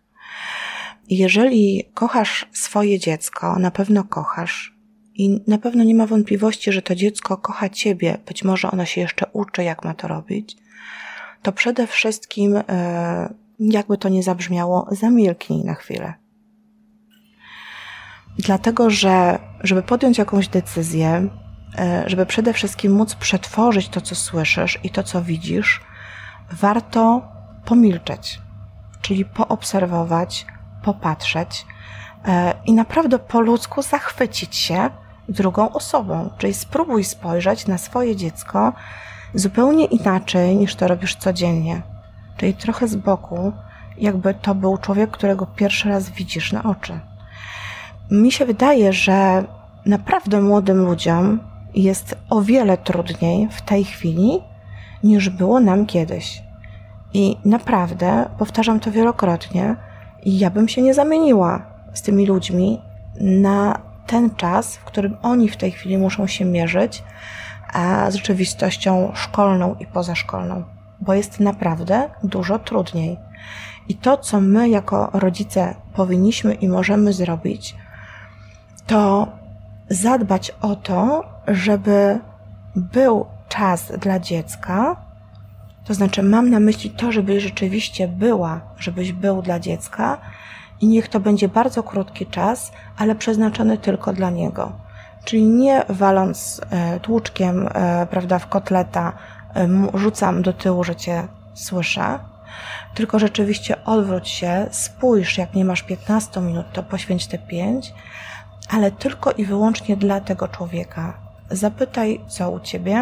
Jeżeli kochasz swoje dziecko, na pewno kochasz i na pewno nie ma wątpliwości, że to dziecko kocha ciebie, być może ono się jeszcze uczy, jak ma to robić, to przede wszystkim, jakby to nie zabrzmiało, zamilknij na chwilę. Dlatego, że żeby podjąć jakąś decyzję, żeby przede wszystkim móc przetworzyć to, co słyszysz i to, co widzisz, warto pomilczeć, czyli poobserwować, popatrzeć i naprawdę po ludzku zachwycić się drugą osobą. Czyli spróbuj spojrzeć na swoje dziecko zupełnie inaczej, niż to robisz codziennie. Czyli trochę z boku, jakby to był człowiek, którego pierwszy raz widzisz na oczy. Mi się wydaje, że naprawdę młodym ludziom jest o wiele trudniej w tej chwili, niż było nam kiedyś. I naprawdę, powtarzam to wielokrotnie, ja bym się nie zamieniła z tymi ludźmi na ten czas, w którym oni w tej chwili muszą się mierzyć z rzeczywistością szkolną i pozaszkolną. bo jest naprawdę dużo trudniej. I to, co my jako rodzice powinniśmy i możemy zrobić, to zadbać o to, żeby był czas dla dziecka, to znaczy mam na myśli to, żebyś rzeczywiście żebyś był dla dziecka i niech to będzie bardzo krótki czas, ale przeznaczony tylko dla niego. Czyli nie waląc tłuczkiem, prawda, w kotleta, rzucam do tyłu, że cię słyszę, tylko rzeczywiście odwróć się, spójrz, jak nie masz 15 minut, to poświęć te 5, ale tylko i wyłącznie dla tego człowieka. Zapytaj, co u ciebie,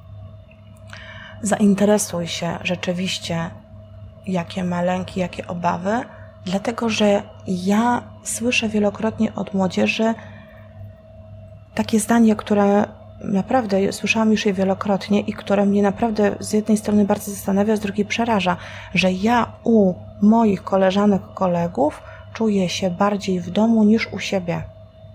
zainteresuj się rzeczywiście, jakie ma lęki, jakie obawy, dlatego że ja słyszę wielokrotnie od młodzieży takie zdanie, które naprawdę słyszałam już je wielokrotnie i które mnie naprawdę z jednej strony bardzo zastanawia, z drugiej przeraża, że ja u moich koleżanek, kolegów czuję się bardziej w domu niż u siebie.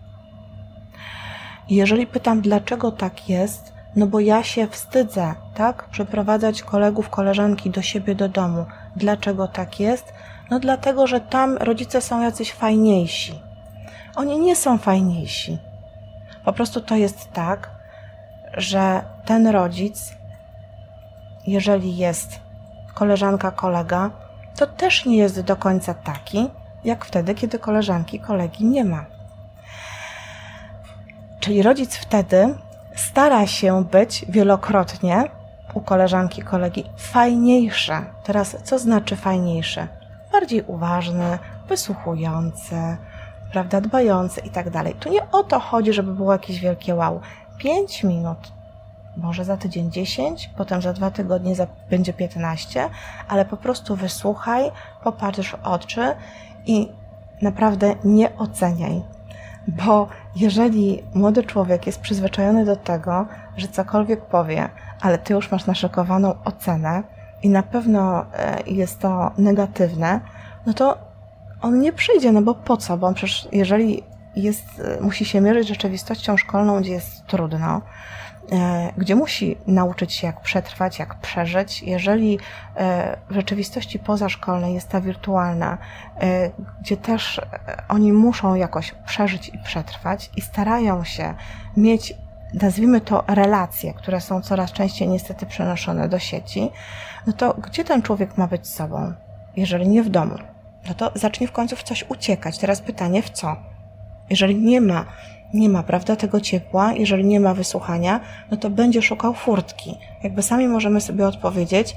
I jeżeli pytam, dlaczego tak jest, no bo ja się wstydzę, tak? Przyprowadzać kolegów, koleżanki do siebie do domu. Dlaczego tak jest? No dlatego, że tam rodzice są jacyś fajniejsi. Oni nie są fajniejsi. Po prostu to jest tak, że ten rodzic, jeżeli jest koleżanka, kolega, to też nie jest do końca taki, jak wtedy, kiedy koleżanki, kolegi nie ma. Czyli rodzic wtedy stara się być wielokrotnie u koleżanki, kolegi fajniejszy. Teraz, co znaczy fajniejszy? Bardziej uważny, wysłuchujący, prawda, dbający i tak dalej. Tu nie o to chodzi, żeby było jakieś wielkie wow. 5 minut, może za tydzień 10, potem za 2 tygodnie będzie 15, ale po prostu wysłuchaj, popatrz w oczy i naprawdę nie oceniaj. Bo jeżeli młody człowiek jest przyzwyczajony do tego, że cokolwiek powie, ale ty już masz naszykowaną ocenę i na pewno jest to negatywne, no to on nie przyjdzie, no bo po co? Bo on przecież, jeżeli musi się mierzyć z rzeczywistością szkolną, gdzie jest trudno, gdzie musi nauczyć się, jak przetrwać, jak przeżyć. Jeżeli w rzeczywistości pozaszkolnej jest ta wirtualna, gdzie też oni muszą jakoś przeżyć i przetrwać i starają się mieć, nazwijmy to, relacje, które są coraz częściej niestety przenoszone do sieci, no to gdzie ten człowiek ma być sobą, jeżeli nie w domu? No to zacznie w końcu w coś uciekać. Teraz pytanie, w co? Jeżeli nie ma, prawda, tego ciepła, jeżeli nie ma wysłuchania, no to będzie szukał furtki. Jakby sami możemy sobie odpowiedzieć,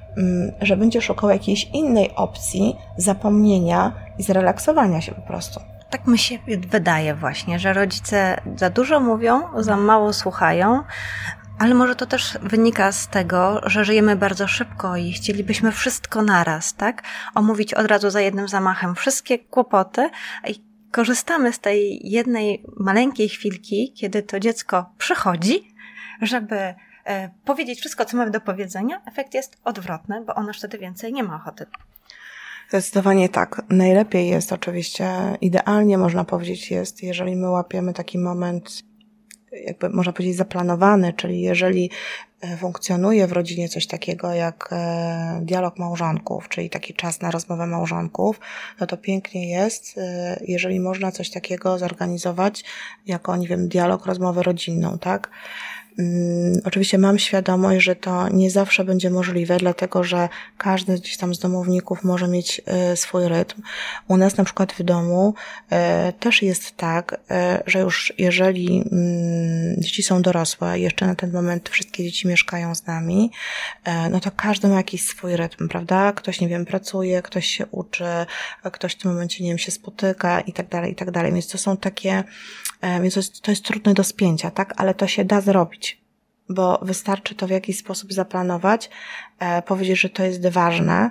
że będzie szukał jakiejś innej opcji zapomnienia i zrelaksowania się po prostu. Tak mi się wydaje właśnie, że rodzice za dużo mówią, za mało słuchają, ale może to też wynika z tego, że żyjemy bardzo szybko i chcielibyśmy wszystko naraz, tak? Omówić od razu za jednym zamachem wszystkie kłopoty i korzystamy z tej jednej maleńkiej chwilki, kiedy to dziecko przychodzi, żeby powiedzieć wszystko, co mamy do powiedzenia. Efekt jest odwrotny, bo ono już wtedy więcej nie ma ochoty. Zdecydowanie tak. Najlepiej jest oczywiście, idealnie można powiedzieć jest, jeżeli my łapiemy taki moment, jakby można powiedzieć zaplanowany, czyli jeżeli funkcjonuje w rodzinie coś takiego jak dialog małżonków, czyli taki czas na rozmowę małżonków, no to pięknie jest, jeżeli można coś takiego zorganizować jako, nie wiem, dialog, rozmowę rodzinną, tak? Oczywiście mam świadomość, że to nie zawsze będzie możliwe, dlatego że każdy gdzieś tam z domowników może mieć swój rytm. U nas na przykład w domu też jest tak, że już jeżeli dzieci są dorosłe, jeszcze na ten moment wszystkie dzieci mieszkają z nami, no to każdy ma jakiś swój rytm, prawda? Ktoś, nie wiem, pracuje, ktoś się uczy, ktoś w tym momencie, nie wiem, się spotyka i tak dalej, i tak dalej. Więc to są takie, więc to jest trudne do spięcia, tak? Ale to się da zrobić. Bo wystarczy to w jakiś sposób zaplanować, powiedzieć, że to jest ważne,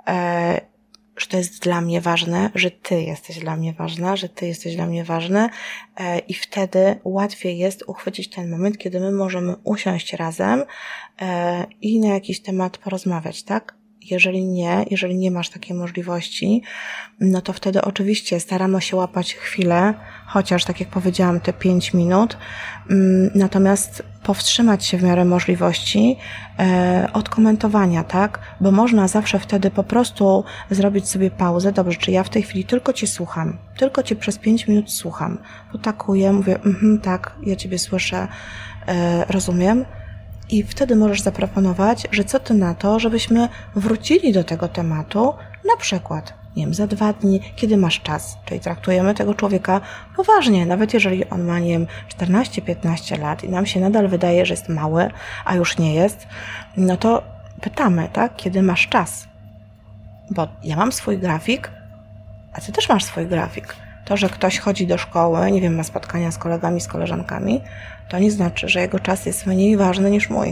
że to jest dla mnie ważne, że ty jesteś dla mnie ważna, że ty jesteś dla mnie ważny i wtedy łatwiej jest uchwycić ten moment, kiedy my możemy usiąść razem i na jakiś temat porozmawiać, tak? Jeżeli nie masz takiej możliwości, no to wtedy oczywiście staramy się łapać chwilę, chociaż tak jak powiedziałam, te 5 minut, natomiast powstrzymać się w miarę możliwości od komentowania, tak? Bo można zawsze wtedy po prostu zrobić sobie pauzę. Dobrze, czy ja w tej chwili tylko Cię słucham, tylko Cię przez 5 minut słucham. Potakuję, mówię, tak, ja Ciebie słyszę, rozumiem. I wtedy możesz zaproponować, że co Ty na to, żebyśmy wrócili do tego tematu, na przykład, nie wiem, za 2 dni, kiedy masz czas. Czyli traktujemy tego człowieka poważnie, nawet jeżeli on ma, nie wiem, 14-15 lat i nam się nadal wydaje, że jest mały, a już nie jest, no to pytamy, tak, kiedy masz czas. Bo ja mam swój grafik, a Ty też masz swój grafik. To, że ktoś chodzi do szkoły, nie wiem, ma spotkania z kolegami, z koleżankami, to nie znaczy, że jego czas jest mniej ważny niż mój.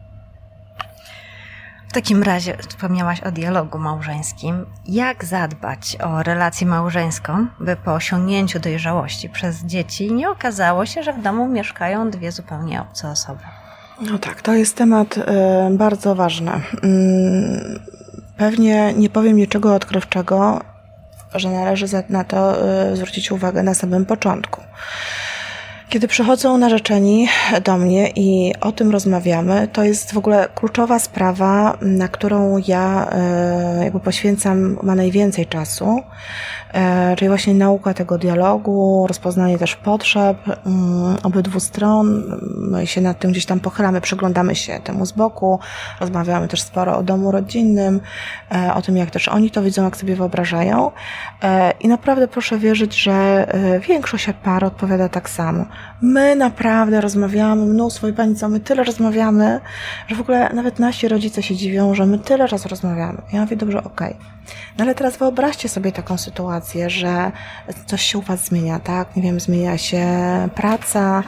W takim razie wspomniałaś o dialogu małżeńskim. Jak zadbać o relację małżeńską, by po osiągnięciu dojrzałości przez dzieci nie okazało się, że w domu mieszkają 2 zupełnie obce osoby? No tak, to jest temat bardzo ważny. Pewnie nie powiem niczego odkrywczego, że należy na to zwrócić uwagę na samym początku. Kiedy przychodzą narzeczeni do mnie i o tym rozmawiamy, to jest w ogóle kluczowa sprawa, na którą ja jakby poświęcam ma najwięcej czasu, czyli właśnie nauka tego dialogu, rozpoznanie też potrzeb obydwu stron. My się nad tym gdzieś tam pochylamy, przyglądamy się temu z boku, rozmawiamy też sporo o domu rodzinnym, o tym, jak też oni to widzą, jak sobie wyobrażają. I naprawdę proszę wierzyć, że większość par odpowiada tak samo. My naprawdę rozmawiamy mnóstwo i pani co, my tyle rozmawiamy, że w ogóle nawet nasi rodzice się dziwią, że my tyle razy rozmawiamy. Ja mówię, dobrze, okej. No ale teraz wyobraźcie sobie taką sytuację, że coś się u was zmienia, tak? Nie wiem, zmienia się praca,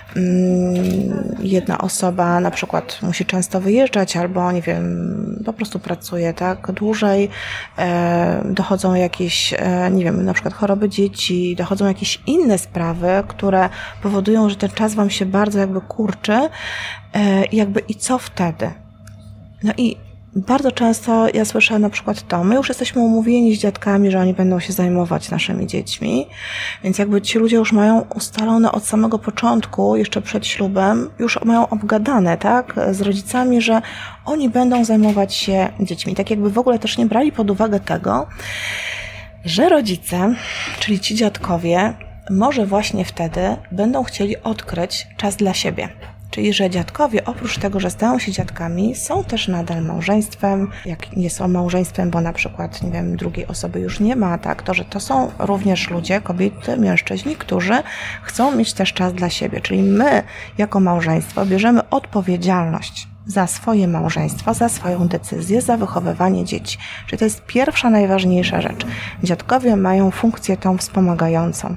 jedna osoba na przykład musi często wyjeżdżać albo, nie wiem, po prostu pracuje, tak? Dłużej, dochodzą jakieś, nie wiem, na przykład choroby dzieci, dochodzą jakieś inne sprawy, które powodują, że ten czas wam się bardzo jakby kurczy, i co wtedy? No i bardzo często ja słyszę na przykład to, my już jesteśmy umówieni z dziadkami, że oni będą się zajmować naszymi dziećmi, więc jakby ci ludzie już mają ustalone od samego początku, jeszcze przed ślubem, już mają obgadane, tak, z rodzicami, że oni będą zajmować się dziećmi. Tak jakby w ogóle też nie brali pod uwagę tego, że rodzice, czyli ci dziadkowie, może właśnie wtedy będą chcieli odkryć czas dla siebie. Czyli, że dziadkowie oprócz tego, że stają się dziadkami, są też nadal małżeństwem, jak nie są małżeństwem, bo na przykład, nie wiem, drugiej osoby już nie ma, tak, to, że to są również ludzie, kobiety, mężczyźni, którzy chcą mieć też czas dla siebie. Czyli my, jako małżeństwo, bierzemy odpowiedzialność za swoje małżeństwo, za swoją decyzję, za wychowywanie dzieci. Czyli to jest pierwsza, najważniejsza rzecz. Dziadkowie mają funkcję tą wspomagającą.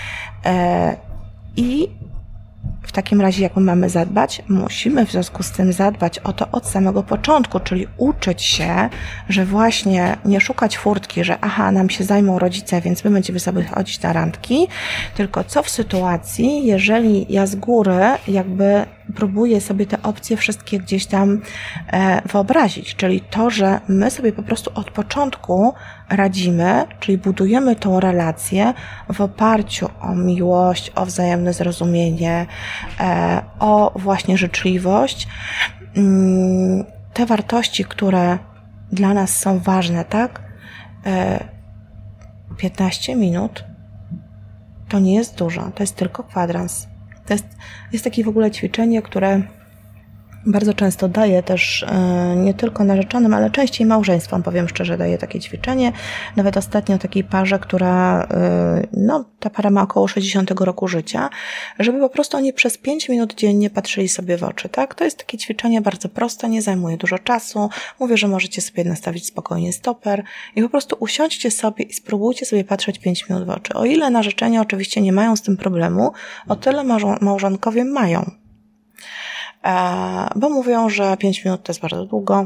I w takim razie, jak my mamy zadbać, musimy w związku z tym zadbać o to od samego początku, czyli uczyć się, że właśnie nie szukać furtki, że nam się zajmą rodzice, więc my będziemy sobie chodzić na randki, tylko co w sytuacji, jeżeli ja z góry jakby próbuję sobie te opcje wszystkie gdzieś tam wyobrazić, czyli to, że my sobie po prostu od początku radzimy, czyli budujemy tą relację w oparciu o miłość, o wzajemne zrozumienie, o właśnie życzliwość. Te wartości, które dla nas są ważne, tak? 15 minut to nie jest dużo, to jest tylko kwadrans. To jest takie w ogóle ćwiczenie, które bardzo często daję też nie tylko narzeczonym, ale częściej małżeństwom, powiem szczerze, daję takie ćwiczenie. Nawet ostatnio takiej parze, która, ta para ma około 60 roku życia, żeby po prostu oni przez 5 minut dziennie patrzyli sobie w oczy, tak? To jest takie ćwiczenie bardzo proste, nie zajmuje dużo czasu. Mówię, że możecie sobie nastawić spokojnie stoper i po prostu usiądźcie sobie i spróbujcie sobie patrzeć 5 minut w oczy. O ile narzeczeni oczywiście nie mają z tym problemu, o tyle małżonkowie mają. Bo mówią, że 5 minut to jest bardzo długo.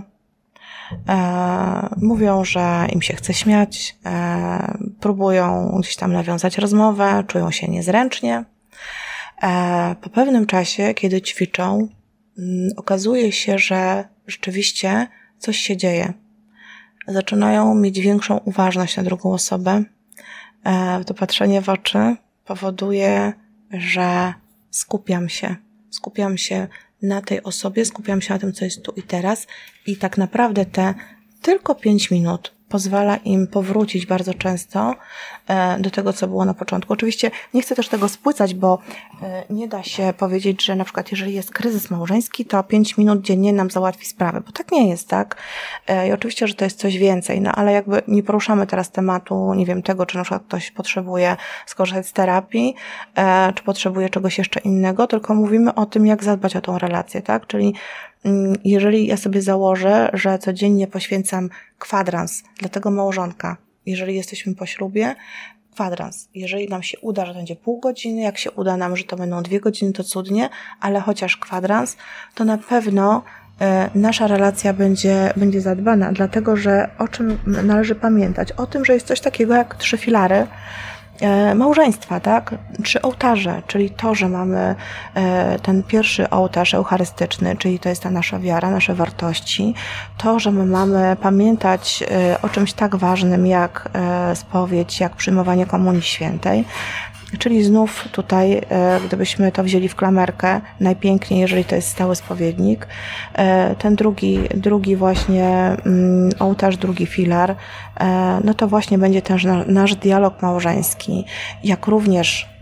Mówią, że im się chce śmiać, próbują gdzieś tam nawiązać rozmowę, czują się niezręcznie. Po pewnym czasie, kiedy ćwiczą, okazuje się, że rzeczywiście coś się dzieje. Zaczynają mieć większą uważność na drugą osobę. To patrzenie w oczy powoduje, że skupiam się. skupiam się na tej osobie, skupiam się na tym, co jest tu i teraz i tak naprawdę te tylko 5 minut pozwala im powrócić bardzo często do tego, co było na początku. Oczywiście nie chcę też tego spłycać, bo nie da się powiedzieć, że na przykład jeżeli jest kryzys małżeński, to 5 minut dziennie nam załatwi sprawę, bo tak nie jest, tak? I oczywiście, że to jest coś więcej, no ale jakby nie poruszamy teraz tematu, nie wiem, tego, czy na przykład ktoś potrzebuje skorzystać z terapii, czy potrzebuje czegoś jeszcze innego, tylko mówimy o tym, jak zadbać o tą relację, tak? Czyli jeżeli ja sobie założę, że codziennie poświęcam kwadrans dla tego małżonka, jeżeli jesteśmy po ślubie, kwadrans. Jeżeli nam się uda, że to będzie pół godziny, jak się uda nam, że to będą 2 godziny, to cudnie, ale chociaż kwadrans, to na pewno nasza relacja będzie zadbana, dlatego że o czym należy pamiętać? O tym, że jest coś takiego jak 3 filary małżeństwa, tak? 3 ołtarze, czyli to, że mamy ten pierwszy ołtarz eucharystyczny, czyli to jest ta nasza wiara, nasze wartości, to, że my mamy pamiętać o czymś tak ważnym jak spowiedź, jak przyjmowanie Komunii Świętej, czyli znów tutaj, gdybyśmy to wzięli w klamerkę, najpiękniej, jeżeli to jest stały spowiednik, ten drugi właśnie ołtarz, drugi filar, no to właśnie będzie też nasz dialog małżeński, jak również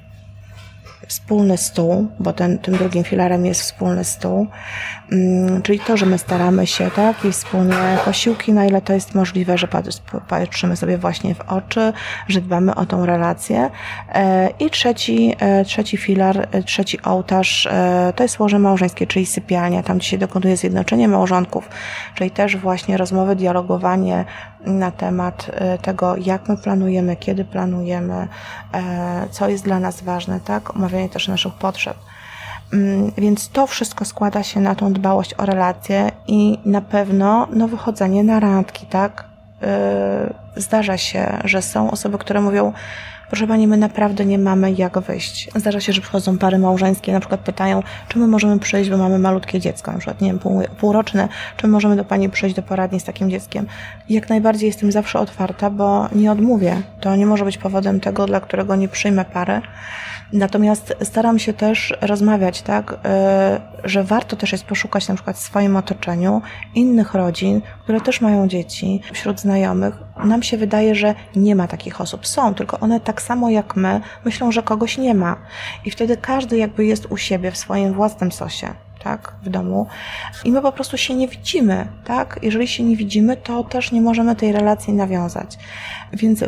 wspólny stół, bo tym drugim filarem jest wspólny stół, czyli to, że my staramy się, tak, i wspólnie posiłki, na ile to jest możliwe, że patrzymy sobie właśnie w oczy, że dbamy o tą relację. I trzeci filar, trzeci ołtarz, to jest łoże małżeńskie, czyli sypialnia, tam gdzie się dokonuje zjednoczenie małżonków, czyli też właśnie rozmowy, dialogowanie na temat tego, jak my planujemy, kiedy planujemy, co jest dla nas ważne, tak, omawianie też naszych potrzeb. Więc to wszystko składa się na tą dbałość o relacje i na pewno wychodzenie na randki, tak? Zdarza się, że są osoby, które mówią: proszę pani, my naprawdę nie mamy jak wyjść. Zdarza się, że przychodzą pary małżeńskie, na przykład pytają, czy my możemy przyjść, bo mamy malutkie dziecko, na przykład, nie wiem, półroczne, czy my możemy do pani przyjść do poradni z takim dzieckiem. I jak najbardziej jestem zawsze otwarta, bo nie odmówię. To nie może być powodem tego, dla którego nie przyjmę pary. Natomiast staram się też rozmawiać, tak, że warto też jest poszukać na przykład w swoim otoczeniu innych rodzin, które też mają dzieci, wśród znajomych. Nam się wydaje, że nie ma takich osób. Są, tylko one tak samo jak my myślą, że kogoś nie ma. I wtedy każdy jakby jest u siebie w swoim własnym sosie, tak, w domu. I my po prostu się nie widzimy, tak? Jeżeli się nie widzimy, to też nie możemy tej relacji nawiązać. Więc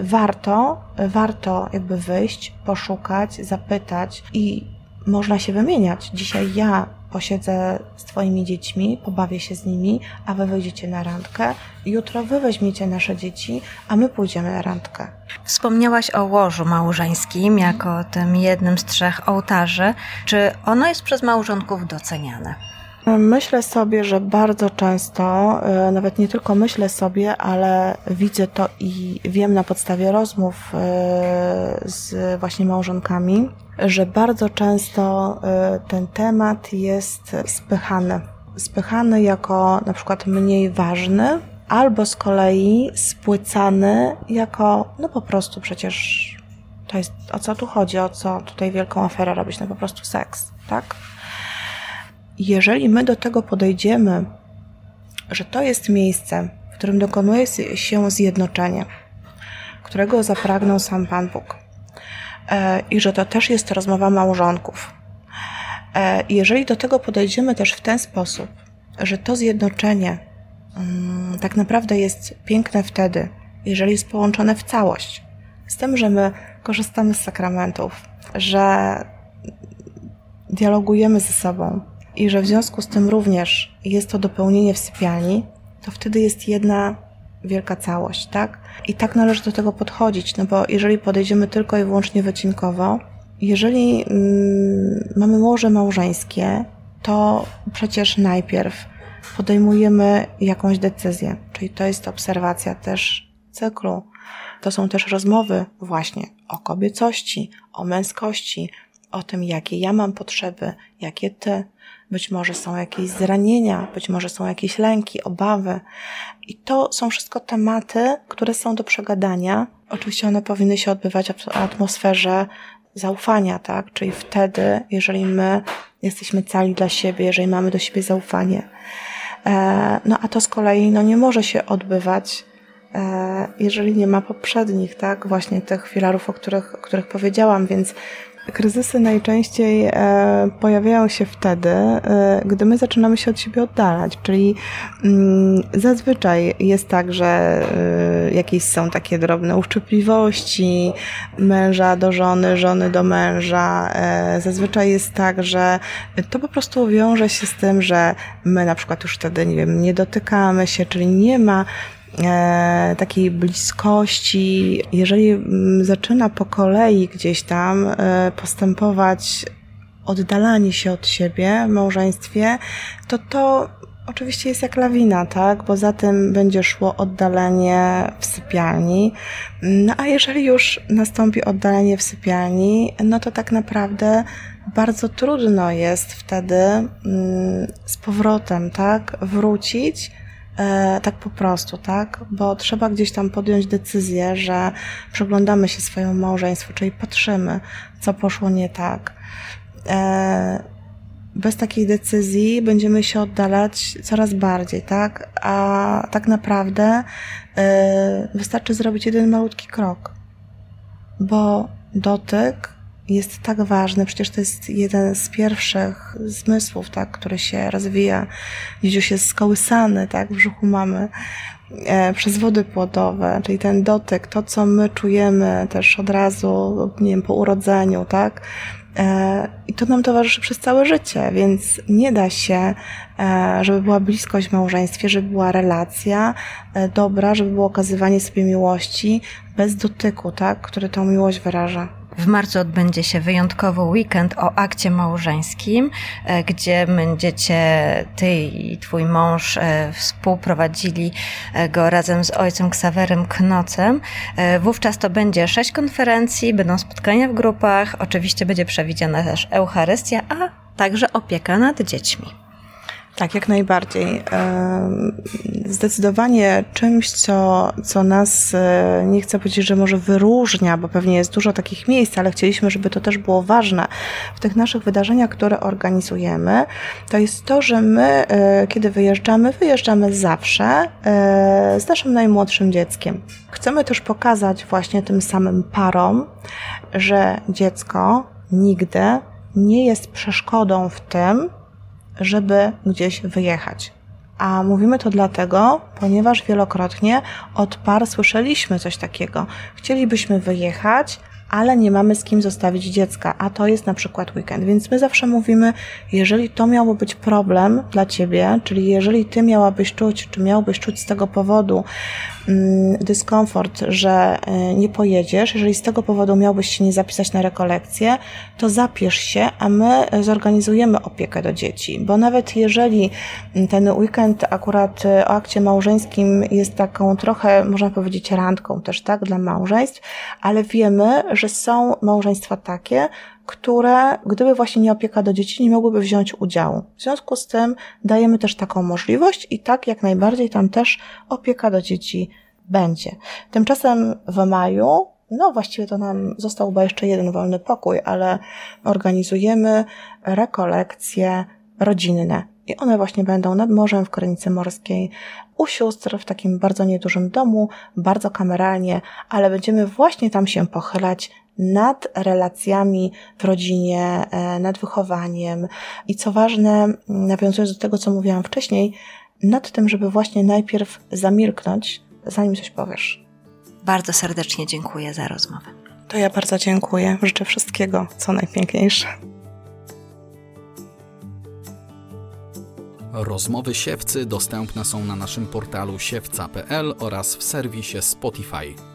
warto jakby wyjść, poszukać, zapytać i można się wymieniać. Dzisiaj ja posiedzę z twoimi dziećmi, pobawię się z nimi, a wy wyjdziecie na randkę. Jutro wy weźmiecie nasze dzieci, a my pójdziemy na randkę. Wspomniałaś o łożu małżeńskim jako tym jednym z 3 ołtarzy. Czy ono jest przez małżonków doceniane? Myślę sobie, że bardzo często, nawet nie tylko myślę sobie, ale widzę to i wiem na podstawie rozmów z właśnie małżonkami, że bardzo często ten temat jest spychany jako na przykład mniej ważny, albo z kolei spłycany jako, no po prostu przecież to jest, o co tu chodzi, o co tutaj wielką aferę robić, no po prostu seks, tak? Jeżeli my do tego podejdziemy, że to jest miejsce, w którym dokonuje się zjednoczenie, którego zapragnął sam Pan Bóg, i że to też jest rozmowa małżonków, jeżeli do tego podejdziemy też w ten sposób, że to zjednoczenie tak naprawdę jest piękne wtedy, jeżeli jest połączone w całość, z tym, że my korzystamy z sakramentów, że dialogujemy ze sobą, i że w związku z tym również jest to dopełnienie w sypialni, to wtedy jest jedna wielka całość, tak? I tak należy do tego podchodzić, no bo jeżeli podejdziemy tylko i wyłącznie wycinkowo, jeżeli mamy łoże małżeńskie, to przecież najpierw podejmujemy jakąś decyzję, czyli to jest obserwacja też cyklu. To są też rozmowy właśnie o kobiecości, o męskości, o tym, jakie ja mam potrzeby, jakie ty. Być może są jakieś zranienia, być może są jakieś lęki, obawy. I to są wszystko tematy, które są do przegadania. Oczywiście one powinny się odbywać w atmosferze zaufania, tak? Czyli wtedy, jeżeli my jesteśmy cali dla siebie, jeżeli mamy do siebie zaufanie. No a to z kolei nie może się odbywać, jeżeli nie ma poprzednich, tak, właśnie tych filarów, o których powiedziałam, więc kryzysy najczęściej pojawiają się wtedy, gdy my zaczynamy się od siebie oddalać, czyli zazwyczaj jest tak, że jakieś są takie drobne uszczypliwości męża do żony, żony do męża. Zazwyczaj jest tak, że to po prostu wiąże się z tym, że my na przykład już wtedy, nie dotykamy się, czyli nie ma takiej bliskości. Jeżeli zaczyna po kolei gdzieś tam postępować oddalanie się od siebie w małżeństwie, to oczywiście jest jak lawina, tak? Bo za tym będzie szło oddalenie w sypialni. No a jeżeli już nastąpi oddalenie w sypialni, to tak naprawdę bardzo trudno jest wtedy z powrotem, tak? Wrócić tak po prostu, tak? Bo trzeba gdzieś tam podjąć decyzję, że przyglądamy się swojemu małżeństwu, czyli patrzymy, co poszło nie tak. Bez takiej decyzji będziemy się oddalać coraz bardziej, tak? A tak naprawdę wystarczy zrobić jeden malutki krok, bo dotyk jest tak ważny, przecież to jest jeden z pierwszych zmysłów, tak, który się rozwija. Dziś jest skołysany, tak, w brzuchu mamy przez wody płodowe, czyli ten dotyk, to co my czujemy też od razu, po urodzeniu, tak, i to nam towarzyszy przez całe życie, więc nie da się, żeby była bliskość w małżeństwie, żeby była relacja dobra, żeby było okazywanie sobie miłości bez dotyku, tak, który tą miłość wyraża. W marcu odbędzie się wyjątkowy weekend o akcie małżeńskim, gdzie będziecie ty i twój mąż współprowadzili go razem z ojcem Ksawerym Knocem. Wówczas to będzie 6 konferencji, będą spotkania w grupach, oczywiście będzie przewidziana też Eucharystia, a także opieka nad dziećmi. Tak, jak najbardziej. Zdecydowanie czymś, co nas, nie chcę powiedzieć, że może wyróżnia, bo pewnie jest dużo takich miejsc, ale chcieliśmy, żeby to też było ważne w tych naszych wydarzeniach, które organizujemy, to jest to, że my, kiedy wyjeżdżamy zawsze z naszym najmłodszym dzieckiem. Chcemy też pokazać właśnie tym samym parom, że dziecko nigdy nie jest przeszkodą w tym, żeby gdzieś wyjechać. A mówimy to dlatego, ponieważ wielokrotnie od par słyszeliśmy coś takiego. Chcielibyśmy wyjechać, ale nie mamy z kim zostawić dziecka, a to jest na przykład weekend. Więc my zawsze mówimy, jeżeli to miało być problem dla ciebie, czyli jeżeli ty miałbyś czuć z tego powodu dyskomfort, że nie pojedziesz, jeżeli z tego powodu miałbyś się nie zapisać na rekolekcję, to zapisz się, a my zorganizujemy opiekę do dzieci. Bo nawet jeżeli ten weekend akurat o akcie małżeńskim jest taką trochę, można powiedzieć, randką też, tak, dla małżeństw, ale wiemy, że są małżeństwa takie, które, gdyby właśnie nie opieka do dzieci, nie mogłyby wziąć udziału. W związku z tym dajemy też taką możliwość i tak jak najbardziej tam też opieka do dzieci będzie. Tymczasem w maju, właściwie to nam został chyba jeszcze jeden wolny pokój, ale organizujemy rekolekcje rodzinne. I one właśnie będą nad morzem w Krynicy Morskiej, u sióstr w takim bardzo niedużym domu, bardzo kameralnie, ale będziemy właśnie tam się pochylać nad relacjami w rodzinie, nad wychowaniem i co ważne, nawiązując do tego, co mówiłam wcześniej, nad tym, żeby właśnie najpierw zamilknąć, zanim coś powiesz. Bardzo serdecznie dziękuję za rozmowę. To ja bardzo dziękuję. Życzę wszystkiego, co najpiękniejsze. Rozmowy Siewcy dostępne są na naszym portalu siewca.pl oraz w serwisie Spotify.